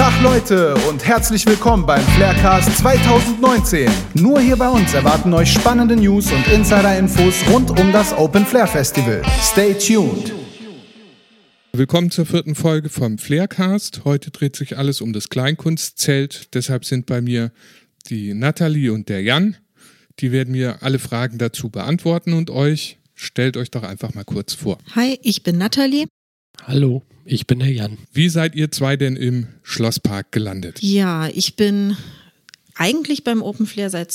Tag Leute und herzlich willkommen beim Flarecast 2019. Nur hier bei uns erwarten euch spannende News und Insider-Infos rund um das Open Flair Festival. Stay tuned. Willkommen zur 4. Folge vom Flarecast. Heute dreht sich alles um das Kleinkunstzelt. Deshalb sind bei mir die Nathalie und der Jan. Die werden mir alle Fragen dazu beantworten und euch. Stellt euch doch einfach mal kurz vor. Hi, ich bin Nathalie. Hallo, ich bin der Jan. Wie seid ihr zwei denn im Schlosspark gelandet? Ja, ich bin eigentlich beim Open Flair seit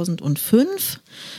2005,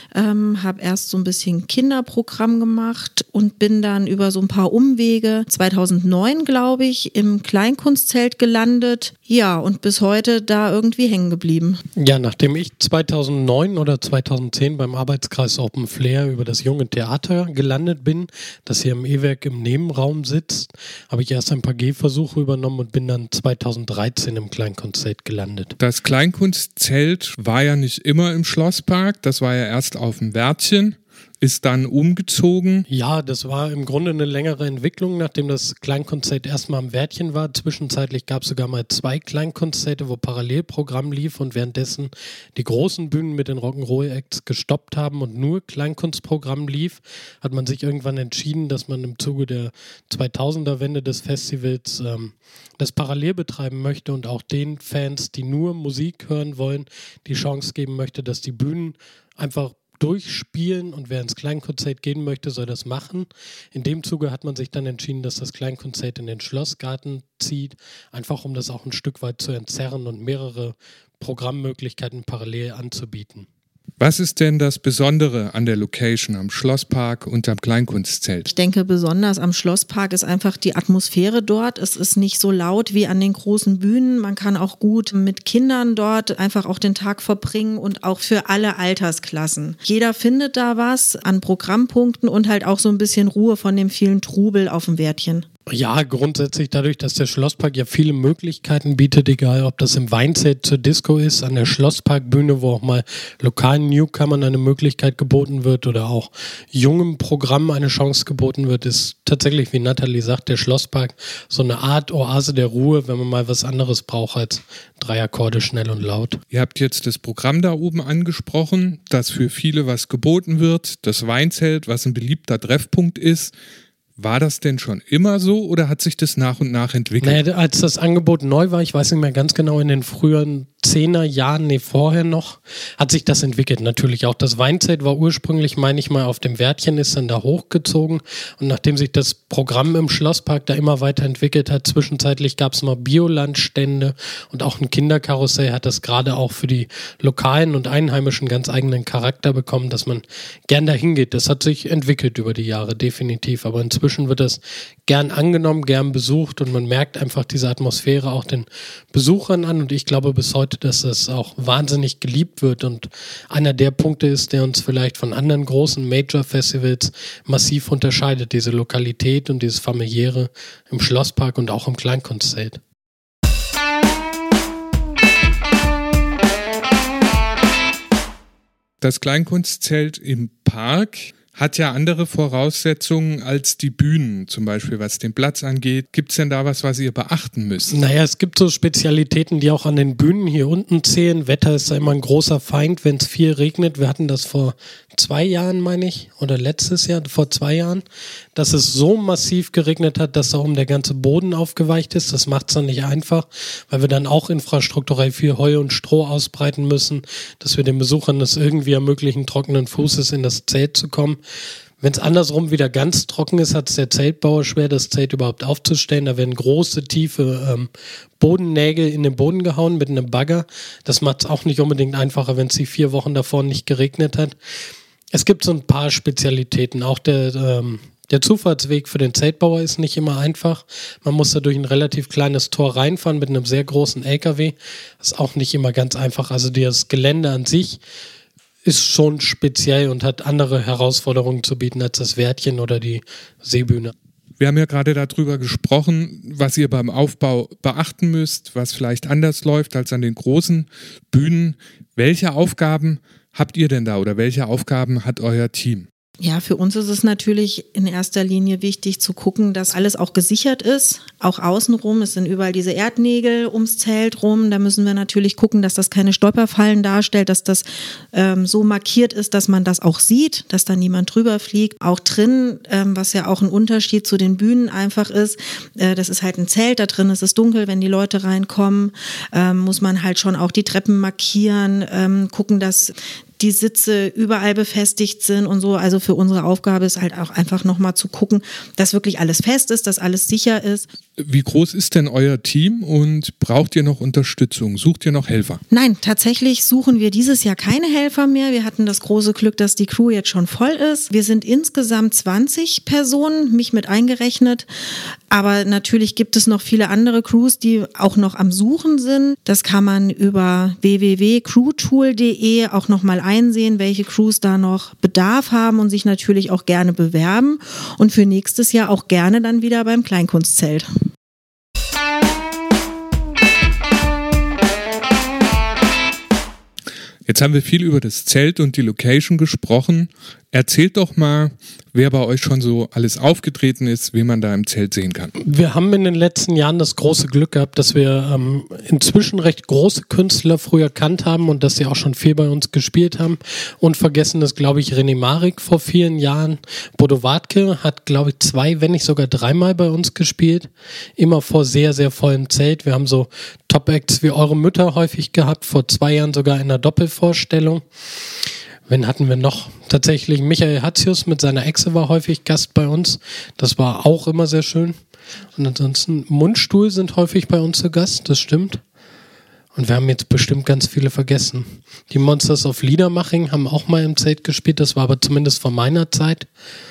habe erst so ein bisschen Kinderprogramm gemacht und bin dann über so ein paar Umwege 2009, glaube ich, im Kleinkunstzelt gelandet. Ja, und bis heute da irgendwie hängen geblieben. Ja, nachdem ich 2009 oder 2010 beim Arbeitskreis Open Flair über das Junge Theater gelandet bin, das hier im E-Werk im Nebenraum sitzt, habe ich erst ein paar Gehversuche übernommen und bin dann 2013 im Kleinkunstzelt gelandet. Das Kleinkunstzelt war ja nicht immer im Schlosspark, das war ja erst auf dem Wärtchen. Ist dann umgezogen? Ja, das war im Grunde eine längere Entwicklung, nachdem das Kleinkunstzelt erstmal am Wärtchen war. Zwischenzeitlich gab es sogar mal 2 Kleinkunstzelte, wo Parallelprogramm lief und währenddessen die großen Bühnen mit den Rock'n'Roll-Acts gestoppt haben und nur Kleinkunstprogramm lief, hat man sich irgendwann entschieden, dass man im Zuge der 2000er-Wende des Festivals das parallel betreiben möchte und auch den Fans, die nur Musik hören wollen, die Chance geben möchte, dass die Bühnen einfach durchspielen und wer ins Kleinkunstzelt gehen möchte, soll das machen. In dem Zuge hat man sich dann entschieden, dass das Kleinkunstzelt in den Schlossgarten zieht, einfach um das auch ein Stück weit zu entzerren und mehrere Programmmöglichkeiten parallel anzubieten. Was ist denn das Besondere an der Location am Schlosspark und am Kleinkunstzelt? Ich denke, besonders am Schlosspark ist einfach die Atmosphäre dort. Es ist nicht so laut wie an den großen Bühnen. Man kann auch gut mit Kindern dort einfach auch den Tag verbringen und auch für alle Altersklassen. Jeder findet da was an Programmpunkten und halt auch so ein bisschen Ruhe von dem vielen Trubel auf dem Wärtchen. Ja, grundsätzlich dadurch, dass der Schlosspark ja viele Möglichkeiten bietet, egal ob das im Weinzelt zur Disco ist, an der Schlossparkbühne, wo auch mal lokalen Newcomern eine Möglichkeit geboten wird oder auch jungem Programm eine Chance geboten wird, ist tatsächlich, wie Nathalie sagt, der Schlosspark so eine Art Oase der Ruhe, wenn man mal was anderes braucht als 3 Akkorde schnell und laut. Ihr habt jetzt das Programm da oben angesprochen, dass für viele was geboten wird, das Weinzelt, was ein beliebter Treffpunkt ist. War das denn schon immer so oder hat sich das nach und nach entwickelt? Naja, als das Angebot neu war, ich weiß nicht mehr ganz genau, in den früheren 10er Jahren, vorher noch, hat sich das entwickelt. Natürlich auch das Weinzelt war ursprünglich, meine ich mal, auf dem Wärtchen, ist dann da hochgezogen und nachdem sich das Programm im Schlosspark da immer weiter entwickelt hat, zwischenzeitlich gab es mal Biolandstände und auch ein Kinderkarussell hat das gerade auch für die lokalen und Einheimischen ganz eigenen Charakter bekommen, dass man gern dahin geht. Das hat sich entwickelt über die Jahre, definitiv, aber inzwischen wird das gern angenommen, gern besucht und man merkt einfach diese Atmosphäre auch den Besuchern an und ich glaube bis heute, dass das auch wahnsinnig geliebt wird und einer der Punkte ist, der uns vielleicht von anderen großen Major-Festivals massiv unterscheidet, diese Lokalität und dieses Familiäre im Schlosspark und auch im Kleinkunstzelt. Das Kleinkunstzelt im Park hat ja andere Voraussetzungen als die Bühnen, zum Beispiel was den Platz angeht. Gibt es denn da was ihr beachten müsst? Naja, es gibt so Spezialitäten, die auch an den Bühnen hier unten zählen. Wetter ist da immer ein großer Feind, wenn es viel regnet. Wir hatten das vor 2 Jahren, meine ich, oder letztes Jahr, vor 2 Jahren, dass es so massiv geregnet hat, dass da oben der ganze Boden aufgeweicht ist. Das macht es dann nicht einfach, weil wir dann auch infrastrukturell viel Heu und Stroh ausbreiten müssen, dass wir den Besuchern es irgendwie ermöglichen, trockenen Fußes in das Zelt zu kommen. Wenn es andersrum wieder ganz trocken ist, hat es der Zeltbauer schwer, das Zelt überhaupt aufzustellen. Da werden große, tiefe Bodennägel in den Boden gehauen mit einem Bagger. Das macht es auch nicht unbedingt einfacher, wenn es die 4 Wochen davor nicht geregnet hat. Es gibt so ein paar Spezialitäten. Auch der Zufahrtsweg für den Zeltbauer ist nicht immer einfach. Man muss da durch ein relativ kleines Tor reinfahren mit einem sehr großen LKW. Das ist auch nicht immer ganz einfach. Also das Gelände an sich ist schon speziell und hat andere Herausforderungen zu bieten als das Wärtchen oder die Seebühne. Wir haben ja gerade darüber gesprochen, was ihr beim Aufbau beachten müsst, was vielleicht anders läuft als an den großen Bühnen. Welche Aufgaben habt ihr denn da oder welche Aufgaben hat euer Team? Ja, für uns ist es natürlich in erster Linie wichtig zu gucken, dass alles auch gesichert ist, auch außenrum. Es sind überall diese Erdnägel ums Zelt rum. Da müssen wir natürlich gucken, dass das keine Stolperfallen darstellt, dass das so markiert ist, dass man das auch sieht, dass da niemand drüber fliegt. Auch drin, was ja auch ein Unterschied zu den Bühnen einfach ist, das ist halt ein Zelt, da drin ist es dunkel, wenn die Leute reinkommen, muss man halt schon auch die Treppen markieren, gucken, dass die Sitze überall befestigt sind und so. Also für unsere Aufgabe ist halt auch einfach nochmal zu gucken, dass wirklich alles fest ist, dass alles sicher ist. Wie groß ist denn euer Team und braucht ihr noch Unterstützung? Sucht ihr noch Helfer? Nein, tatsächlich suchen wir dieses Jahr keine Helfer mehr. Wir hatten das große Glück, dass die Crew jetzt schon voll ist. Wir sind insgesamt 20 Personen, mich mit eingerechnet. Aber natürlich gibt es noch viele andere Crews, die auch noch am Suchen sind. Das kann man über www.crewtool.de auch nochmal einsehen, welche Crews da noch Bedarf haben und sich natürlich auch gerne bewerben. Und für nächstes Jahr auch gerne dann wieder beim Kleinkunstzelt. Jetzt haben wir viel über das Zelt und die Location gesprochen. Erzählt doch mal, wer bei euch schon so alles aufgetreten ist, wen man da im Zelt sehen kann. Wir haben in den letzten Jahren das große Glück gehabt, dass wir inzwischen recht große Künstler früh erkannt haben und dass sie auch schon viel bei uns gespielt haben. Unvergessen ist, glaube ich, René Marik vor vielen Jahren. Bodo Wartke hat, glaube ich, 2, wenn nicht sogar 3-mal bei uns gespielt. Immer vor sehr, sehr vollem Zelt. Wir haben so Top-Acts wie Eure Mütter häufig gehabt, vor 2 Jahren sogar in einer Doppelvorstellung. Wen hatten wir noch? Tatsächlich Michael Hatzius mit seiner Echse war häufig Gast bei uns. Das war auch immer sehr schön. Und ansonsten Mundstuhl sind häufig bei uns zu Gast, das stimmt. Und wir haben jetzt bestimmt ganz viele vergessen. Die Monsters of Liedermaching haben auch mal im Zelt gespielt, das war aber zumindest von meiner Zeit.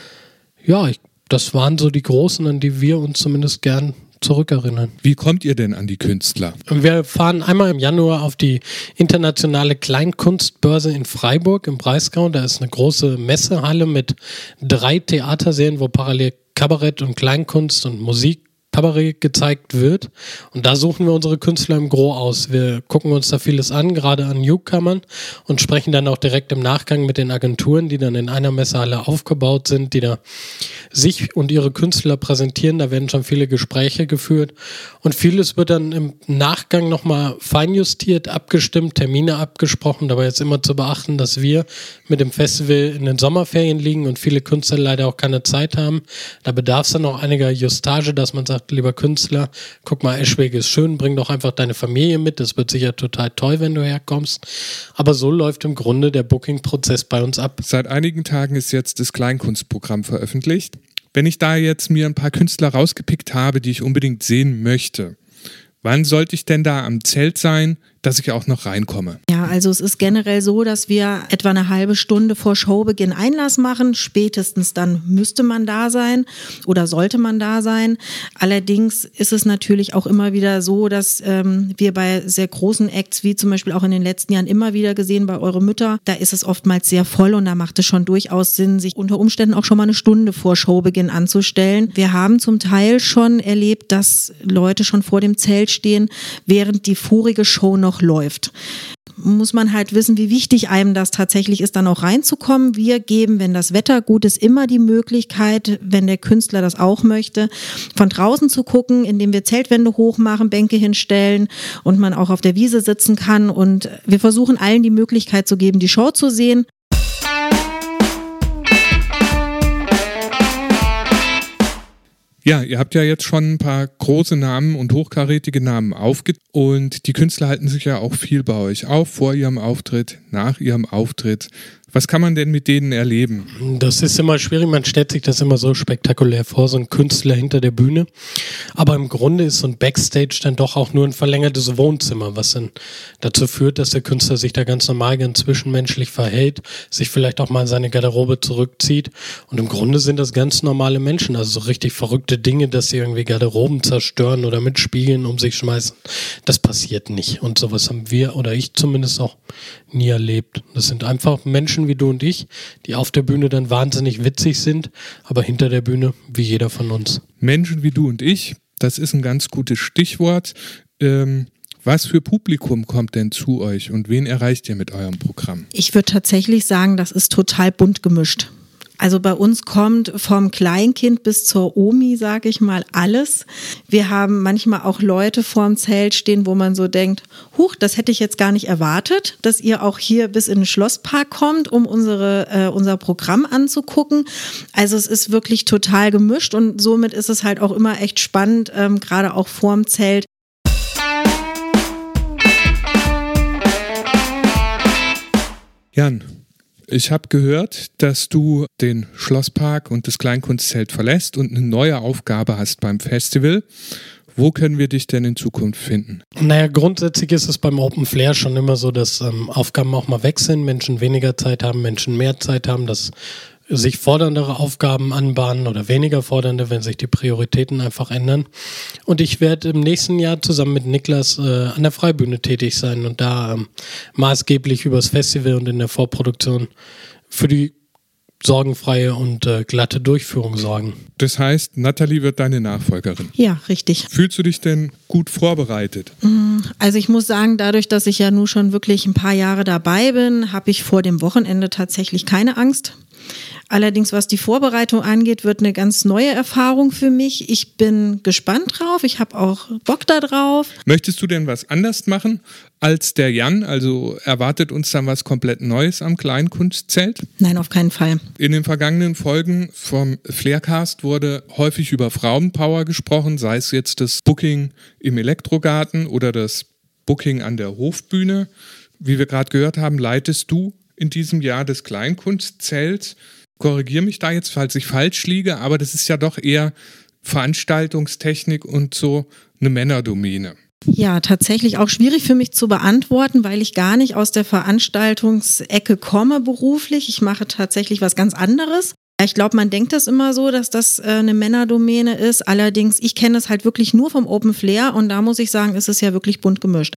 Ja, das waren so die Großen, an die wir uns zumindest gern zurückerinnern. Wie kommt ihr denn an die Künstler? Wir fahren einmal im Januar auf die internationale Kleinkunstbörse in Freiburg im Breisgau. Da ist eine große Messehalle mit 3 Theatersälen, wo parallel Kabarett und Kleinkunst und Musik Kabarett gezeigt wird. Und da suchen wir unsere Künstler im Gros aus. Wir gucken uns da vieles an, gerade an Newcomern, und sprechen dann auch direkt im Nachgang mit den Agenturen, die dann in einer Messehalle aufgebaut sind, die da sich und ihre Künstler präsentieren. Da werden schon viele Gespräche geführt. Und vieles wird dann im Nachgang nochmal feinjustiert, abgestimmt, Termine abgesprochen. Dabei ist immer zu beachten, dass wir mit dem Festival in den Sommerferien liegen und viele Künstler leider auch keine Zeit haben. Da bedarf es dann noch einiger Justage, dass man sagt, lieber Künstler, guck mal, Eschwege ist schön, bring doch einfach deine Familie mit, das wird sicher total toll, wenn du herkommst. Aber so läuft im Grunde der Booking-Prozess bei uns ab. Seit einigen Tagen ist jetzt das Kleinkunstprogramm veröffentlicht. Wenn ich da jetzt mir ein paar Künstler rausgepickt habe, die ich unbedingt sehen möchte, wann sollte ich denn da am Zelt sein, dass ich auch noch reinkomme? Ja, also es ist generell so, dass wir etwa eine halbe Stunde vor Showbeginn Einlass machen. Spätestens dann müsste man da sein oder sollte man da sein. Allerdings ist es natürlich auch immer wieder so, dass wir bei sehr großen Acts, wie zum Beispiel auch in den letzten Jahren immer wieder gesehen bei Eure Mütter, da ist es oftmals sehr voll und da macht es schon durchaus Sinn, sich unter Umständen auch schon mal eine Stunde vor Showbeginn anzustellen. Wir haben zum Teil schon erlebt, dass Leute schon vor dem Zelt stehen, während die vorige Show noch läuft. Muss man halt wissen, wie wichtig einem das tatsächlich ist, dann auch reinzukommen. Wir geben, wenn das Wetter gut ist, immer die Möglichkeit, wenn der Künstler das auch möchte, von draußen zu gucken, indem wir Zeltwände hochmachen, Bänke hinstellen und man auch auf der Wiese sitzen kann. Und wir versuchen allen die Möglichkeit zu geben, die Show zu sehen. Ja, ihr habt ja jetzt schon ein paar große Namen und hochkarätige Namen und die Künstler halten sich ja auch viel bei euch auf, vor ihrem Auftritt, nach ihrem Auftritt. Was kann man denn mit denen erleben? Das ist immer schwierig, man stellt sich das immer so spektakulär vor, so ein Künstler hinter der Bühne. Aber im Grunde ist so ein Backstage dann doch auch nur ein verlängertes Wohnzimmer, was dann dazu führt, dass der Künstler sich da ganz normal, ganz zwischenmenschlich verhält, sich vielleicht auch mal in seine Garderobe zurückzieht. Und im Grunde sind das ganz normale Menschen, also so richtig verrückte Dinge, dass sie irgendwie Garderoben zerstören oder mit Spiegeln um sich schmeißen. Das passiert nicht. Und sowas haben wir, oder ich zumindest auch, nie erlebt. Das sind einfach Menschen wie du und ich, die auf der Bühne dann wahnsinnig witzig sind, aber hinter der Bühne wie jeder von uns. Menschen wie du und ich, das ist ein ganz gutes Stichwort. Was für Publikum kommt denn zu euch und wen erreicht ihr mit eurem Programm? Ich würde tatsächlich sagen, das ist total bunt gemischt. Also bei uns kommt vom Kleinkind bis zur Omi, sage ich mal, alles. Wir haben manchmal auch Leute vorm Zelt stehen, wo man so denkt, huch, das hätte ich jetzt gar nicht erwartet, dass ihr auch hier bis in den Schlosspark kommt, um unser Programm anzugucken. Also es ist wirklich total gemischt und somit ist es halt auch immer echt spannend, gerade auch vorm Zelt. Jan, ich habe gehört, dass du den Schlosspark und das Kleinkunstzelt verlässt und eine neue Aufgabe hast beim Festival. Wo können wir dich denn in Zukunft finden? Naja, grundsätzlich ist es beim Open Flair schon immer so, dass Aufgaben auch mal weg sind, Menschen weniger Zeit haben, Menschen mehr Zeit haben, dass sich forderndere Aufgaben anbahnen oder weniger fordernde, wenn sich die Prioritäten einfach ändern. Und ich werde im nächsten Jahr zusammen mit Niklas an der Freibühne tätig sein und da maßgeblich übers Festival und in der Vorproduktion für die sorgenfreie und glatte Durchführung sorgen. Das heißt, Nathalie wird deine Nachfolgerin. Ja, richtig. Fühlst du dich denn gut vorbereitet? Also ich muss sagen, dadurch, dass ich ja nun schon wirklich ein paar Jahre dabei bin, habe ich vor dem Wochenende tatsächlich keine Angst. Allerdings, was die Vorbereitung angeht, wird eine ganz neue Erfahrung für mich. Ich bin gespannt drauf, ich habe auch Bock da drauf. Möchtest du denn was anders machen als der Jan? Also erwartet uns dann was komplett Neues am Kleinkunstzelt? Nein, auf keinen Fall. In den vergangenen Folgen vom Flaircast wurde häufig über Frauenpower gesprochen, sei es jetzt das Booking im Elektrogarten oder das Booking an der Hofbühne. Wie wir gerade gehört haben, leitest du in diesem Jahr das Kleinkunstzelt. Korrigiere mich da jetzt, falls ich falsch liege, aber das ist ja doch eher Veranstaltungstechnik und so eine Männerdomäne. Ja, tatsächlich auch schwierig für mich zu beantworten, weil ich gar nicht aus der Veranstaltungsecke komme beruflich. Ich mache tatsächlich was ganz anderes. Ich glaube, man denkt das immer so, dass das eine Männerdomäne ist. Allerdings, ich kenne das halt wirklich nur vom Open Flair und da muss ich sagen, ist es ja wirklich bunt gemischt.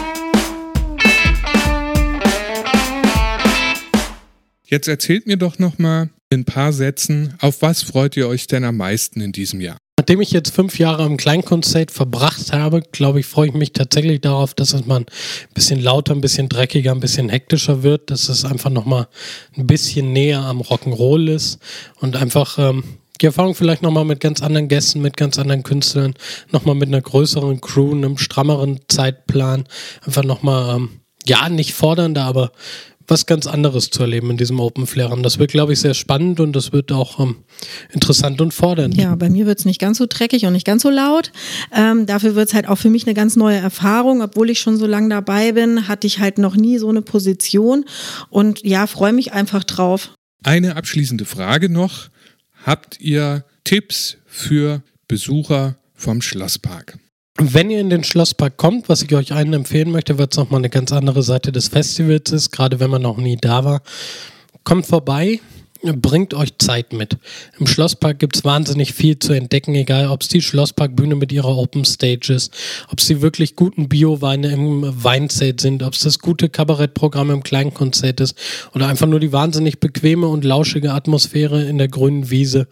Jetzt erzählt mir doch noch mal in ein paar Sätzen, auf was freut ihr euch denn am meisten in diesem Jahr? Nachdem ich jetzt 5 Jahre am Kleinkunstzelt verbracht habe, glaube ich, freue ich mich tatsächlich darauf, dass es mal ein bisschen lauter, ein bisschen dreckiger, ein bisschen hektischer wird, dass es einfach nochmal ein bisschen näher am Rock'n'Roll ist und einfach die Erfahrung vielleicht nochmal mit ganz anderen Gästen, mit ganz anderen Künstlern, nochmal mit einer größeren Crew, einem strammeren Zeitplan, einfach nochmal, nicht fordernder, aber was ganz anderes zu erleben in diesem Open Flair. Das wird, glaube ich, sehr spannend und das wird auch interessant und fordernd. Ja, bei mir wird es nicht ganz so dreckig und nicht ganz so laut. Dafür wird es halt auch für mich eine ganz neue Erfahrung. Obwohl ich schon so lange dabei bin, hatte ich halt noch nie so eine Position und ja, freue mich einfach drauf. Eine abschließende Frage noch. Habt ihr Tipps für Besucher vom Schlosspark? Wenn ihr in den Schlosspark kommt, was ich euch allen empfehlen möchte, weil es nochmal eine ganz andere Seite des Festivals ist, gerade wenn man noch nie da war, kommt vorbei, bringt euch Zeit mit. Im Schlosspark gibt es wahnsinnig viel zu entdecken, egal ob es die Schlossparkbühne mit ihrer Open Stage ist, ob es die wirklich guten Bio-Weine im Weinzelt sind, ob es das gute Kabarettprogramm im Kleinkunstzelt ist oder einfach nur die wahnsinnig bequeme und lauschige Atmosphäre in der grünen Wiese.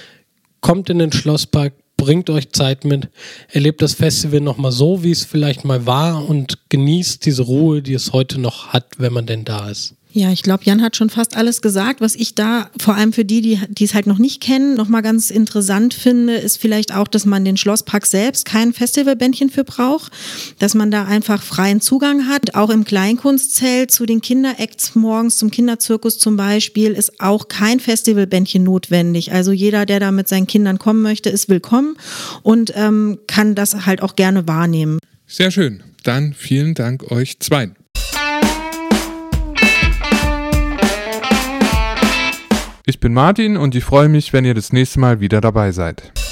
Kommt in den Schlosspark, bringt euch Zeit mit, erlebt das Festival nochmal so, wie es vielleicht mal war und genießt diese Ruhe, die es heute noch hat, wenn man denn da ist. Ja, ich glaube, Jan hat schon fast alles gesagt. Was ich da vor allem für die es halt noch nicht kennen, nochmal ganz interessant finde, ist vielleicht auch, dass man den Schlosspark selbst kein Festivalbändchen für braucht, dass man da einfach freien Zugang hat. Auch im Kleinkunstzelt zu den Kinderacts morgens, zum Kinderzirkus zum Beispiel, ist auch kein Festivalbändchen notwendig. Also jeder, der da mit seinen Kindern kommen möchte, ist willkommen und kann das halt auch gerne wahrnehmen. Sehr schön. Dann vielen Dank euch zweien. Ich bin Martin und ich freue mich, wenn ihr das nächste Mal wieder dabei seid.